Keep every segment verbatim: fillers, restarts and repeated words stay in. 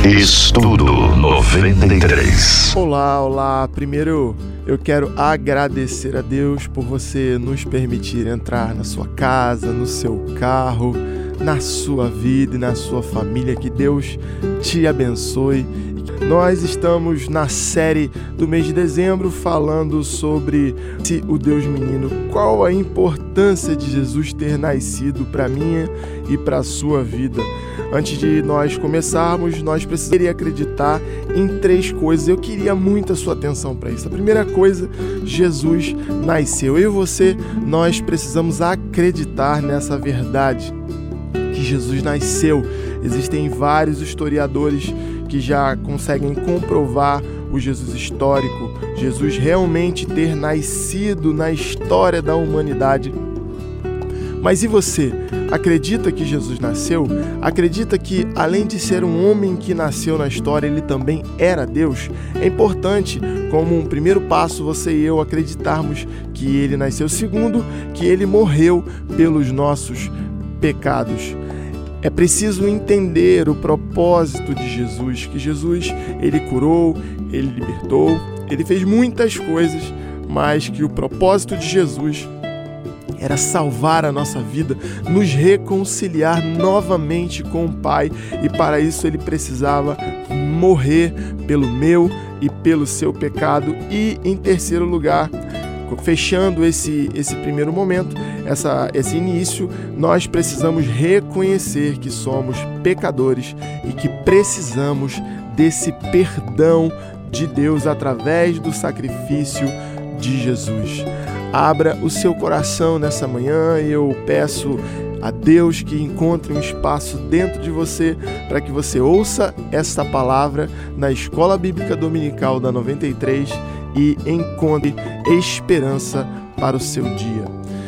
Estudo noventa e três. Olá, olá. Primeiro eu quero agradecer a Deus por você nos permitir entrar na sua casa, no seu carro, na sua vida e na sua família. Que Deus te abençoe. Nós estamos na série do mês de dezembro falando sobre o Deus menino. Qual a importância de Jesus ter nascido para minha e para a sua vida? Antes de nós começarmos, nós precisamos acreditar em três coisas. Eu queria muito a sua atenção para isso. A primeira coisa, Jesus nasceu. Eu e você, nós precisamos acreditar nessa verdade, que Jesus nasceu. Existem vários historiadores que já conseguem comprovar o Jesus histórico, Jesus realmente ter nascido na história da humanidade. Mas e você? Acredita que Jesus nasceu? Acredita que, além de ser um homem que nasceu na história, ele também era Deus? É importante, como um primeiro passo, você e eu acreditarmos que ele nasceu. Segundo, que ele morreu pelos nossos pecados. É preciso entender o propósito de Jesus, que Jesus, ele curou, ele libertou, ele fez muitas coisas, mas que o propósito de Jesus era salvar a nossa vida, nos reconciliar novamente com o Pai, e para isso ele precisava morrer pelo meu e pelo seu pecado. E em terceiro lugar, fechando esse, esse primeiro momento, essa, esse início, nós precisamos reconhecer que somos pecadores e que precisamos desse perdão de Deus através do sacrifício de Jesus. Abra o seu coração nessa manhã e eu peço a Deus que encontre um espaço dentro de você para que você ouça esta palavra na Escola Bíblica Dominical da noventa e três e encontre esperança para o seu dia.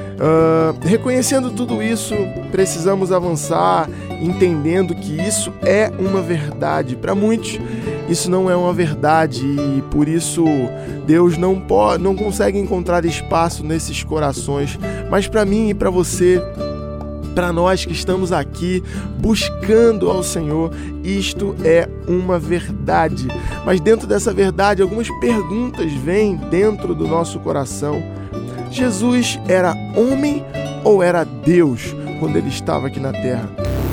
Uh, reconhecendo tudo isso, precisamos avançar, entendendo que isso é uma verdade. Para muitos, isso não é uma verdade e por isso Deus não, pode, não consegue encontrar espaço nesses corações. Mas para mim e para você, para nós que estamos aqui buscando ao Senhor, isto é uma verdade. Mas dentro dessa verdade, algumas perguntas vêm dentro do nosso coração. Jesus era homem ou era Deus quando ele estava aqui na terra?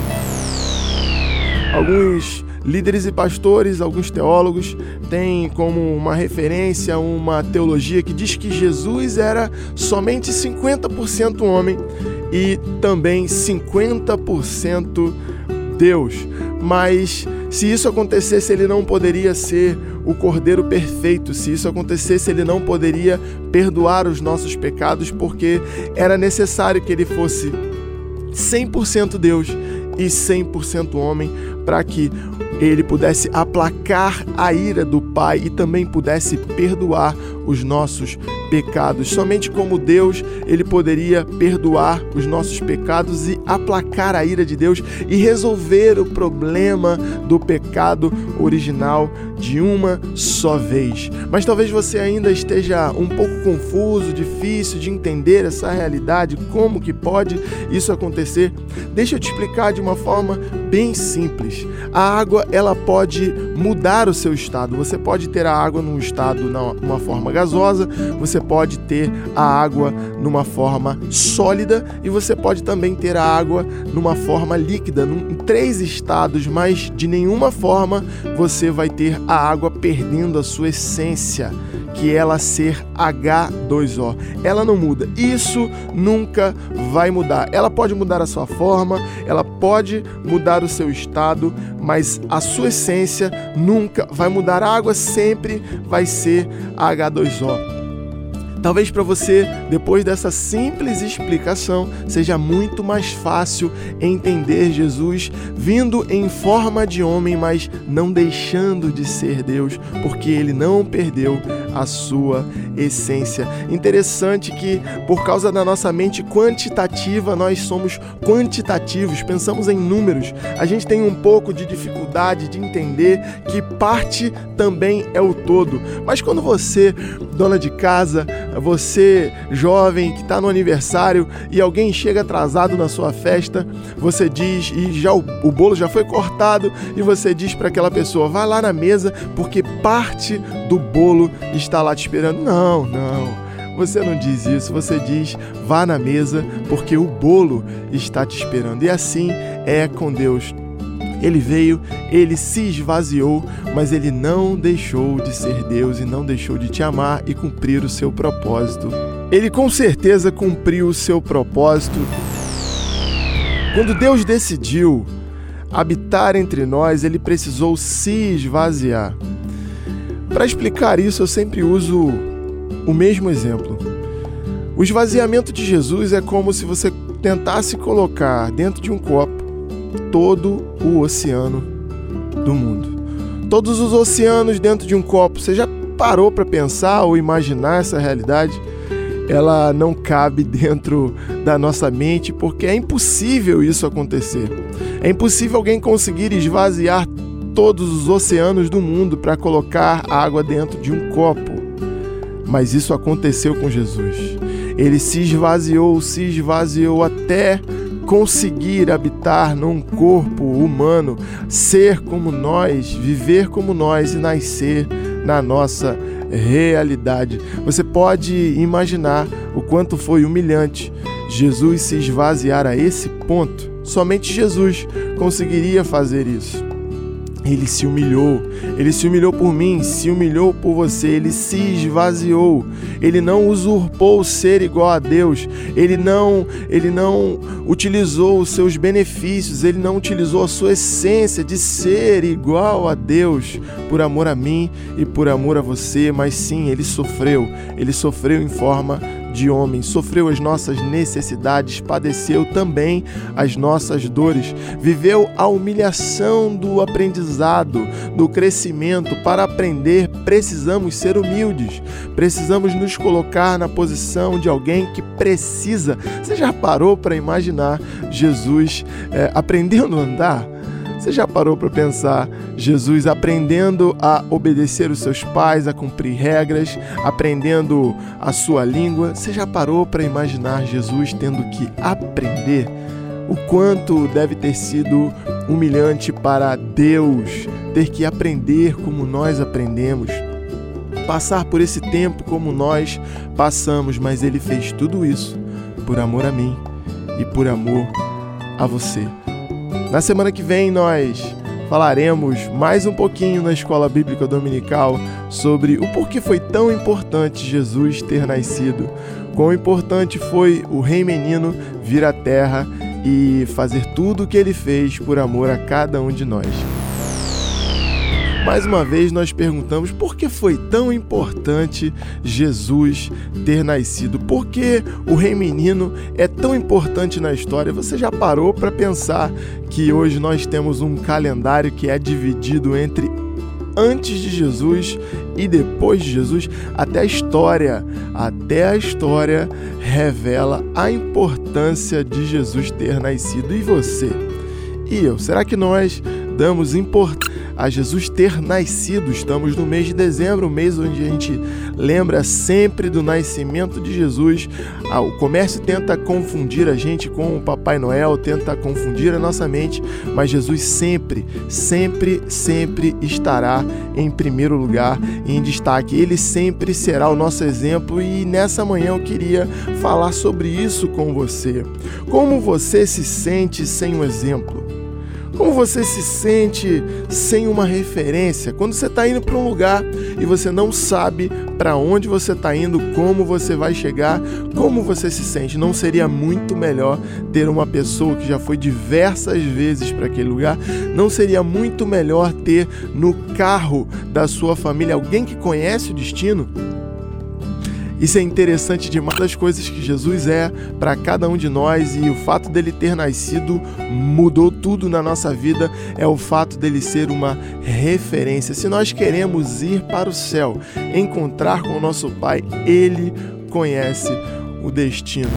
Alguns líderes e pastores, alguns teólogos têm como uma referência uma teologia que diz que Jesus era somente cinquenta por cento homem e também cinquenta por cento Deus. Mas se isso acontecesse, ele não poderia ser o Cordeiro perfeito. Se isso acontecesse, ele não poderia perdoar os nossos pecados, porque era necessário que ele fosse cem por cento Deus e cem por cento homem, para que ele pudesse aplacar a ira do Pai e também pudesse perdoar os nossos pecados. Somente como Deus, ele poderia perdoar os nossos pecados e aplacar a ira de Deus e resolver o problema do pecado original de uma só vez. Mas talvez você ainda esteja um pouco confuso, difícil de entender essa realidade, como que pode isso acontecer? Deixa eu te explicar de uma forma bem simples. A água, ela pode mudar o seu estado. Você pode ter a água num estado, numa forma gasosa, você pode ter a água numa forma sólida e você pode também ter a água numa forma líquida, num, em três estados, mas de nenhuma forma você vai ter a água perdendo a sua essência, que é ela ser H dois O. Ela não muda. Isso nunca vai mudar. Ela pode mudar a sua forma, ela pode mudar o seu estado, mas a sua essência nunca vai mudar. A água sempre vai ser H dois O. Talvez para você, depois dessa simples explicação, seja muito mais fácil entender Jesus vindo em forma de homem, mas não deixando de ser Deus, porque ele não perdeu a sua essência. Interessante que, por causa da nossa mente quantitativa, nós somos quantitativos, pensamos em números. A gente tem um pouco de dificuldade de entender que parte também é o todo. Mas quando você, dona de casa, você jovem que está no aniversário e alguém chega atrasado na sua festa, você diz, e já o, o bolo já foi cortado, e você diz para aquela pessoa, vai lá na mesa porque parte do bolo está lá te esperando. Não, não. Você não diz isso, você diz, vá na mesa porque o bolo está te esperando. E assim é com Deus. Ele veio, ele se esvaziou, mas ele não deixou de ser Deus e não deixou de te amar e cumprir o seu propósito. Ele com certeza cumpriu o seu propósito. Quando Deus decidiu habitar entre nós, ele precisou se esvaziar. Para explicar isso, eu sempre uso o mesmo exemplo. O esvaziamento de Jesus é como se você tentasse colocar dentro de um copo todo o oceano do mundo. Todos os oceanos dentro de um copo. Você já parou para pensar ou imaginar essa realidade? Ela não cabe dentro da nossa mente porque é impossível isso acontecer. É impossível alguém conseguir esvaziar todos os oceanos do mundo para colocar água dentro de um copo. Mas isso aconteceu com Jesus. Ele se esvaziou, se esvaziou até conseguir habitar num corpo humano, ser como nós, viver como nós e nascer na nossa realidade. Você pode imaginar o quanto foi humilhante Jesus se esvaziar a esse ponto. Somente Jesus conseguiria fazer isso. Ele se humilhou, ele se humilhou por mim, se humilhou por você, ele se esvaziou, ele não usurpou ser igual a Deus, ele não, ele não utilizou os seus benefícios, ele não utilizou a sua essência de ser igual a Deus por amor a mim e por amor a você, mas sim, ele sofreu, ele sofreu em forma de homem, sofreu as nossas necessidades, padeceu também as nossas dores, viveu a humilhação do aprendizado, do crescimento. Para aprender, precisamos ser humildes, precisamos nos colocar na posição de alguém que precisa. Você já parou para imaginar Jesus é, aprendendo a andar? Você já parou para pensar Jesus aprendendo a obedecer os seus pais, a cumprir regras, aprendendo a sua língua? Você já parou para imaginar Jesus tendo que aprender? O quanto deve ter sido humilhante para Deus ter que aprender como nós aprendemos, passar por esse tempo como nós passamos, mas Ele fez tudo isso por amor a mim e por amor a você. Na semana que vem nós falaremos mais um pouquinho na Escola Bíblica Dominical sobre o porquê foi tão importante Jesus ter nascido, quão importante foi o Rei Menino vir à Terra e fazer tudo o que Ele fez por amor a cada um de nós. Mais uma vez nós perguntamos por que foi tão importante Jesus ter nascido, por que o Rei Menino é tão importante na história. Você já parou para pensar que hoje nós temos um calendário que é dividido entre antes de Jesus e depois de Jesus? Até a história, até a história revela a importância de Jesus ter nascido. E você? E eu? Será que nós damos importância a Jesus ter nascido? Estamos no mês de dezembro, o mês onde a gente lembra sempre do nascimento de Jesus. Ah, o comércio tenta confundir a gente com o Papai Noel, tenta confundir a nossa mente, mas Jesus sempre, sempre, sempre estará em primeiro lugar, em destaque. Ele sempre será o nosso exemplo e nessa manhã eu queria falar sobre isso com você. Como você se sente sem um exemplo? Como você se sente sem uma referência? Quando você está indo para um lugar e você não sabe para onde você está indo, como você vai chegar, como você se sente? Não seria muito melhor ter uma pessoa que já foi diversas vezes para aquele lugar? Não seria muito melhor ter no carro da sua família alguém que conhece o destino? Isso é interessante demais, das coisas que Jesus é para cada um de nós, e o fato dele ter nascido mudou tudo na nossa vida, é o fato dele ser uma referência. Se nós queremos ir para o céu, encontrar com o nosso Pai, ele conhece o destino.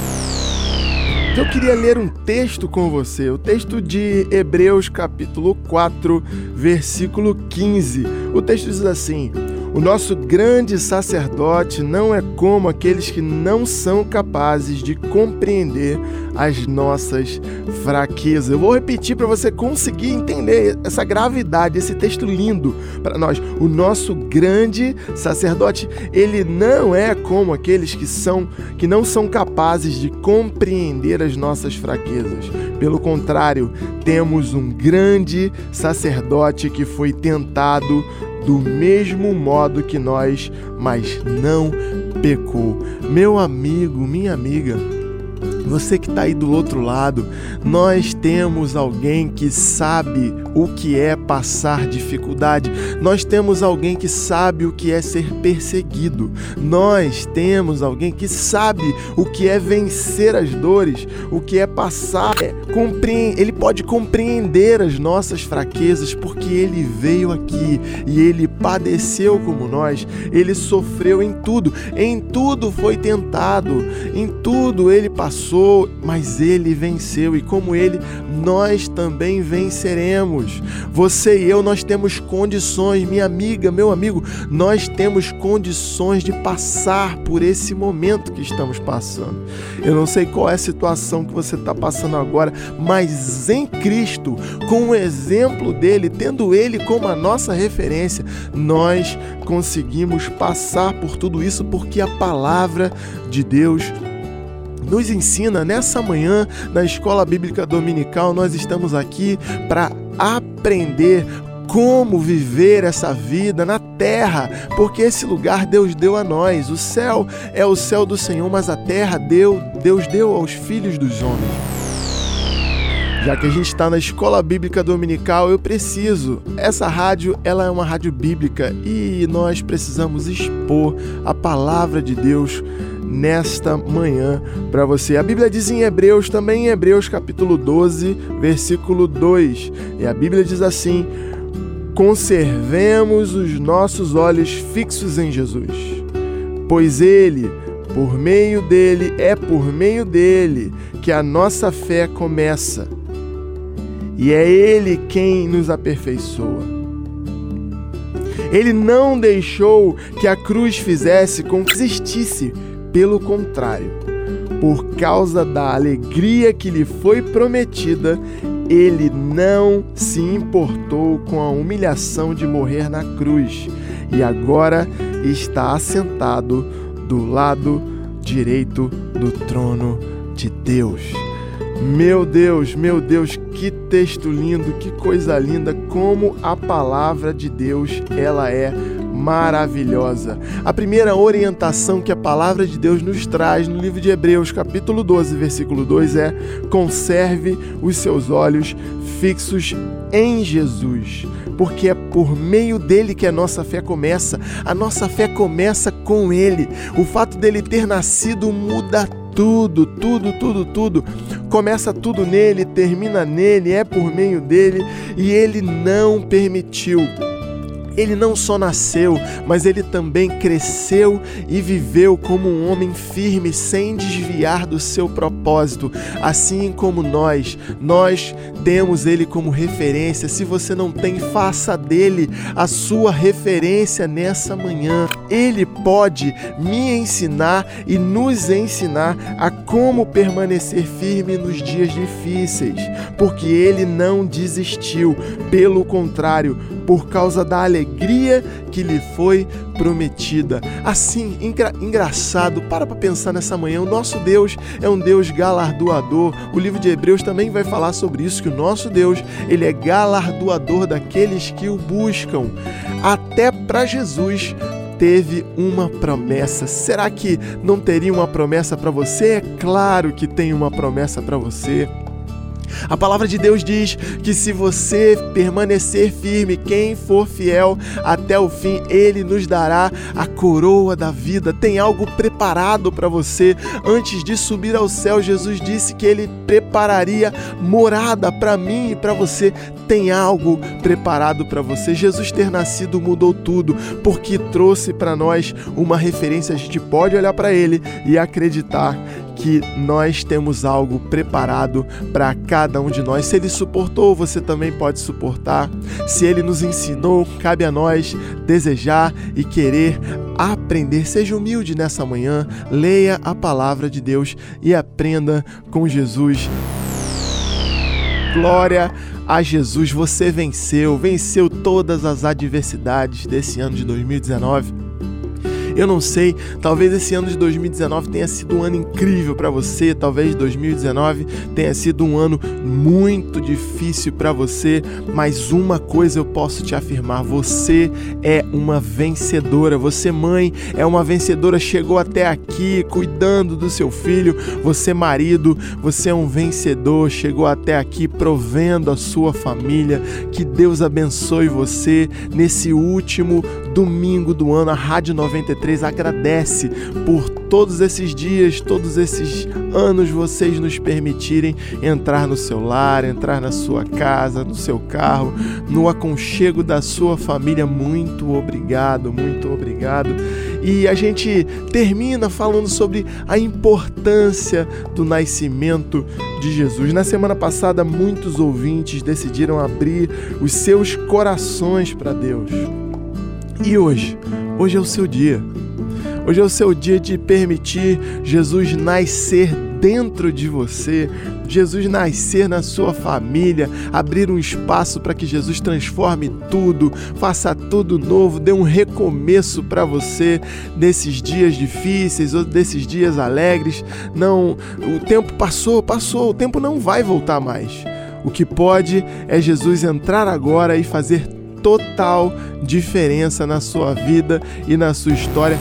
Eu queria ler um texto com você, o texto de Hebreus capítulo quatro, versículo quinze. O texto diz assim: o nosso grande sacerdote não é como aqueles que não são capazes de compreender as nossas fraquezas. Eu vou repetir para você conseguir entender essa gravidade, esse texto lindo para nós. O nosso grande sacerdote, ele não é como aqueles que são, que não são capazes de compreender as nossas fraquezas. Pelo contrário, temos um grande sacerdote que foi tentado do mesmo modo que nós, mas não pecou. Meu amigo, minha amiga, você que está aí do outro lado, nós temos alguém que sabe o que é passar dificuldade. Nós temos alguém que sabe o que é ser perseguido. Nós temos alguém que sabe o que é vencer as dores, o que é passar. É, compre... Ele pode compreender as nossas fraquezas, porque ele veio aqui e ele padeceu como nós. Ele sofreu em tudo. Em tudo foi tentado. Em tudo ele passou, mas ele venceu, e como ele, nós também venceremos. Você e eu, nós temos condições, minha amiga, meu amigo, nós temos condições de passar por esse momento que estamos passando. Eu não sei qual é a situação que você está passando agora, mas em Cristo, com o exemplo dele, tendo ele como a nossa referência, nós conseguimos passar por tudo isso, porque a palavra de Deus nos ensina. Nessa manhã, na Escola Bíblica Dominical, nós estamos aqui para aprender como viver essa vida na terra, porque esse lugar Deus deu a nós. O céu é o céu do Senhor, mas a terra deu, Deus deu aos filhos dos homens. Já que a gente está na Escola Bíblica Dominical, eu preciso. Essa rádio, ela é uma rádio bíblica e nós precisamos expor a palavra de Deus nesta manhã para você. A Bíblia diz em Hebreus, também em Hebreus capítulo doze, versículo dois. E a Bíblia diz assim: conservemos os nossos olhos fixos em Jesus, pois Ele, por meio dele, é por meio dele que a nossa fé começa. E é Ele quem nos aperfeiçoa. Ele não deixou que a cruz fizesse com que existisse. Pelo contrário, por causa da alegria que lhe foi prometida, ele não se importou com a humilhação de morrer na cruz, e agora está assentado do lado direito do trono de Deus. Meu Deus, meu Deus, que texto lindo, que coisa linda, como a palavra de Deus, ela é maravilhosa. A primeira orientação que a palavra de Deus nos traz no livro de Hebreus, capítulo doze, versículo dois, é: conserve os seus olhos fixos em Jesus, porque é por meio dele que a nossa fé começa. A nossa fé começa com ele. O fato dele ter nascido muda tudo, tudo, tudo, tudo. Começa tudo nele, termina nele, é por meio dele, e ele não permitiu. Ele não só nasceu, mas ele também cresceu e viveu como um homem firme, sem desviar do seu propósito. Assim como nós, nós temos ele como referência. Se você não tem, faça dele a sua referência nessa manhã. Ele pode me ensinar e nos ensinar a como permanecer firme nos dias difíceis, porque ele não desistiu. Pelo contrário, por causa da alegria que lhe foi prometida. Assim, engra- engraçado, para para pensar nessa manhã, o nosso Deus é um Deus galardoador. O livro de Hebreus também vai falar sobre isso, que o nosso Deus, ele é galardoador daqueles que o buscam. Até para Jesus teve uma promessa. Será que não teria uma promessa para você? É claro que tem uma promessa para você. A palavra de Deus diz que se você permanecer firme, quem for fiel até o fim, Ele nos dará a coroa da vida. Tem algo preparado para você. Antes de subir ao céu, Jesus disse que Ele prepararia morada para mim e para você. Tem algo preparado para você. Jesus ter nascido mudou tudo, porque trouxe para nós uma referência. A gente pode olhar para Ele e acreditar que nós temos algo preparado para cada um de nós. Se Ele suportou, você também pode suportar. Se Ele nos ensinou, cabe a nós desejar e querer aprender. Seja humilde nessa manhã, leia a palavra de Deus e aprenda com Jesus. Glória a Jesus, você venceu, venceu todas as adversidades desse ano de dois mil e dezenove. Eu não sei, talvez esse ano de dois mil e dezenove tenha sido um ano incrível para você, talvez dois mil e dezenove tenha sido um ano muito difícil para você, mas uma coisa eu posso te afirmar: você é uma vencedora. Você, mãe, é uma vencedora, chegou até aqui cuidando do seu filho. Você, marido, você é um vencedor, chegou até aqui provendo a sua família. Que Deus abençoe você nesse último domingo do ano. A Rádio noventa e três agradece por todos esses dias, todos esses anos, vocês nos permitirem entrar no seu lar, entrar na sua casa, no seu carro, no aconchego da sua família. Muito obrigado, muito obrigado. E a gente termina falando sobre a importância do nascimento de Jesus. Na semana passada, muitos ouvintes decidiram abrir os seus corações para Deus. E hoje? Hoje é o seu dia. Hoje é o seu dia de permitir Jesus nascer dentro de você, Jesus nascer na sua família, abrir um espaço para que Jesus transforme tudo, faça tudo novo, dê um recomeço para você desses dias difíceis ou desses dias alegres. Não, o tempo passou, passou, o tempo não vai voltar mais. O que pode é Jesus entrar agora e fazer total diferença na sua vida e na sua história.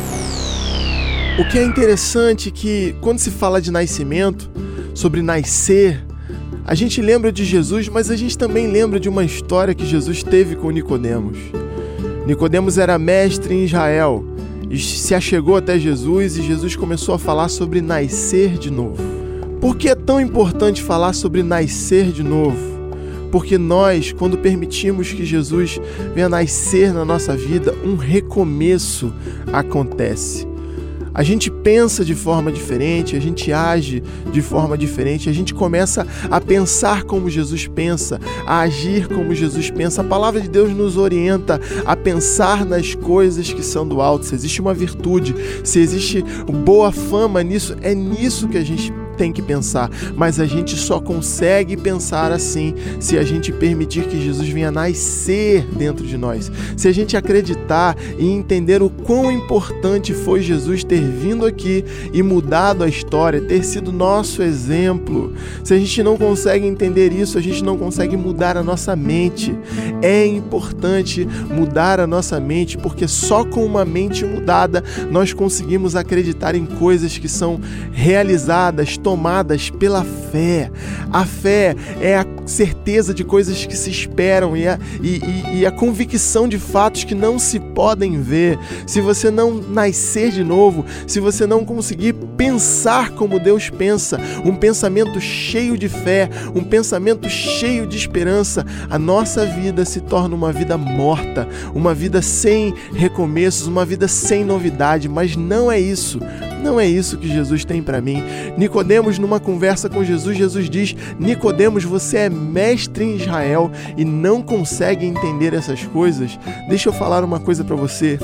O que é interessante é que quando se fala de nascimento, sobre nascer, a gente lembra de Jesus, mas a gente também lembra de uma história que Jesus teve com Nicodemos. Nicodemos era mestre em Israel e se achegou até Jesus e Jesus começou a falar sobre nascer de novo. Por que é tão importante falar sobre nascer de novo? Porque nós, quando permitimos que Jesus venha nascer na nossa vida, um recomeço acontece. A gente pensa de forma diferente, a gente age de forma diferente, a gente começa a pensar como Jesus pensa, a agir como Jesus pensa. A palavra de Deus nos orienta a pensar nas coisas que são do alto. Se existe uma virtude, se existe boa fama nisso, é nisso que a gente tem que pensar, mas a gente só consegue pensar assim se a gente permitir que Jesus venha nascer dentro de nós, se a gente acreditar e entender o quão importante foi Jesus ter vindo aqui e mudado a história, ter sido nosso exemplo. Se a gente não consegue entender isso, a gente não consegue mudar a nossa mente. É importante mudar a nossa mente, porque só com uma mente mudada nós conseguimos acreditar em coisas que são realizadas, tomadas pela fé. A fé é a certeza de coisas que se esperam e a, e, e, e a convicção de fatos que não se podem ver. Se você não nascer de novo, se você não conseguir pensar como Deus pensa, um pensamento cheio de fé, um pensamento cheio de esperança, a nossa vida se torna uma vida morta, uma vida sem recomeços, uma vida sem novidade. Mas não é isso. Não é isso que Jesus tem para mim. Nicodemos, numa conversa com Jesus, Jesus diz: Nicodemos, você é mestre em Israel e não consegue entender essas coisas? Deixa eu falar uma coisa para você.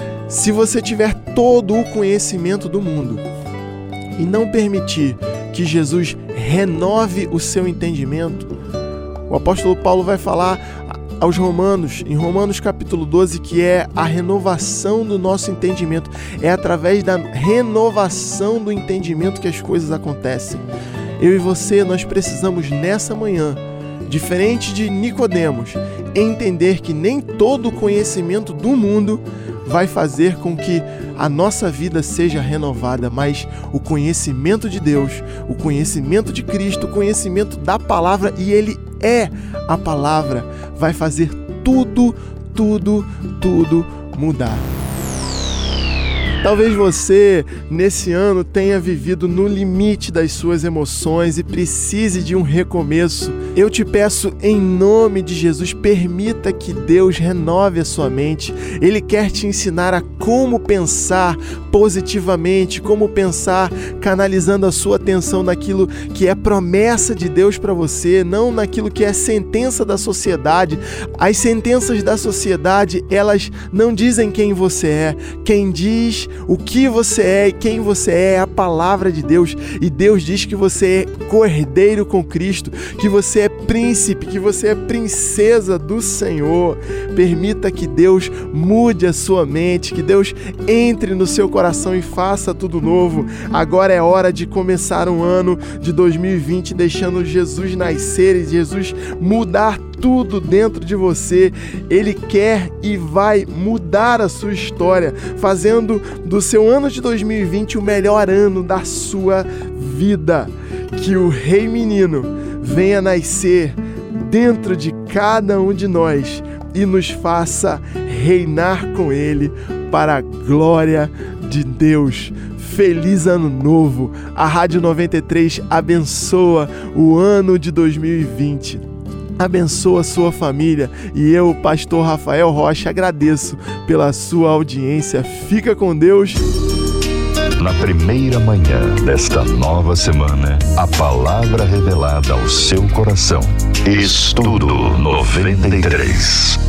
Se você tiver todo o conhecimento do mundo e não permitir que Jesus renove o seu entendimento, o apóstolo Paulo vai falar aos Romanos, em Romanos capítulo doze, que é a renovação do nosso entendimento. É através da renovação do entendimento que as coisas acontecem. Eu e você, nós precisamos nessa manhã, diferente de Nicodemos, entender que nem todo o conhecimento do mundo vai fazer com que a nossa vida seja renovada, mas o conhecimento de Deus, o conhecimento de Cristo, o conhecimento da palavra, e Ele é a palavra, vai fazer tudo, tudo, tudo mudar. Talvez você, nesse ano, tenha vivido no limite das suas emoções e precise de um recomeço. Eu te peço, em nome de Jesus, permita que Deus renove a sua mente. Ele quer te ensinar a como pensar positivamente, como pensar canalizando a sua atenção naquilo que é promessa de Deus para você, não naquilo que é sentença da sociedade. As sentenças da sociedade, elas não dizem quem você é. Quem diz o que você é e quem você é é a palavra de Deus. E Deus diz que você é cordeiro com Cristo, que você é príncipe, que você é princesa do Senhor. Permita que Deus mude a sua mente, que Deus entre no seu coração e faça tudo novo. Agora é hora de começar um ano de dois mil e vinte deixando Jesus nascer e Jesus mudar tudo dentro de você. Ele quer e vai mudar a sua história, fazendo do seu ano de dois mil e vinte o melhor ano da sua vida. Que o Rei Menino venha nascer dentro de cada um de nós e nos faça reinar com Ele para a glória de Deus. Feliz Ano Novo! A Rádio noventa e três abençoa o ano de dois mil e vinte. Abençoa a sua família e eu, pastor Rafael Rocha, agradeço pela sua audiência. Fica com Deus. Na primeira manhã desta nova semana, a palavra revelada ao seu coração. Estudo noventa e três.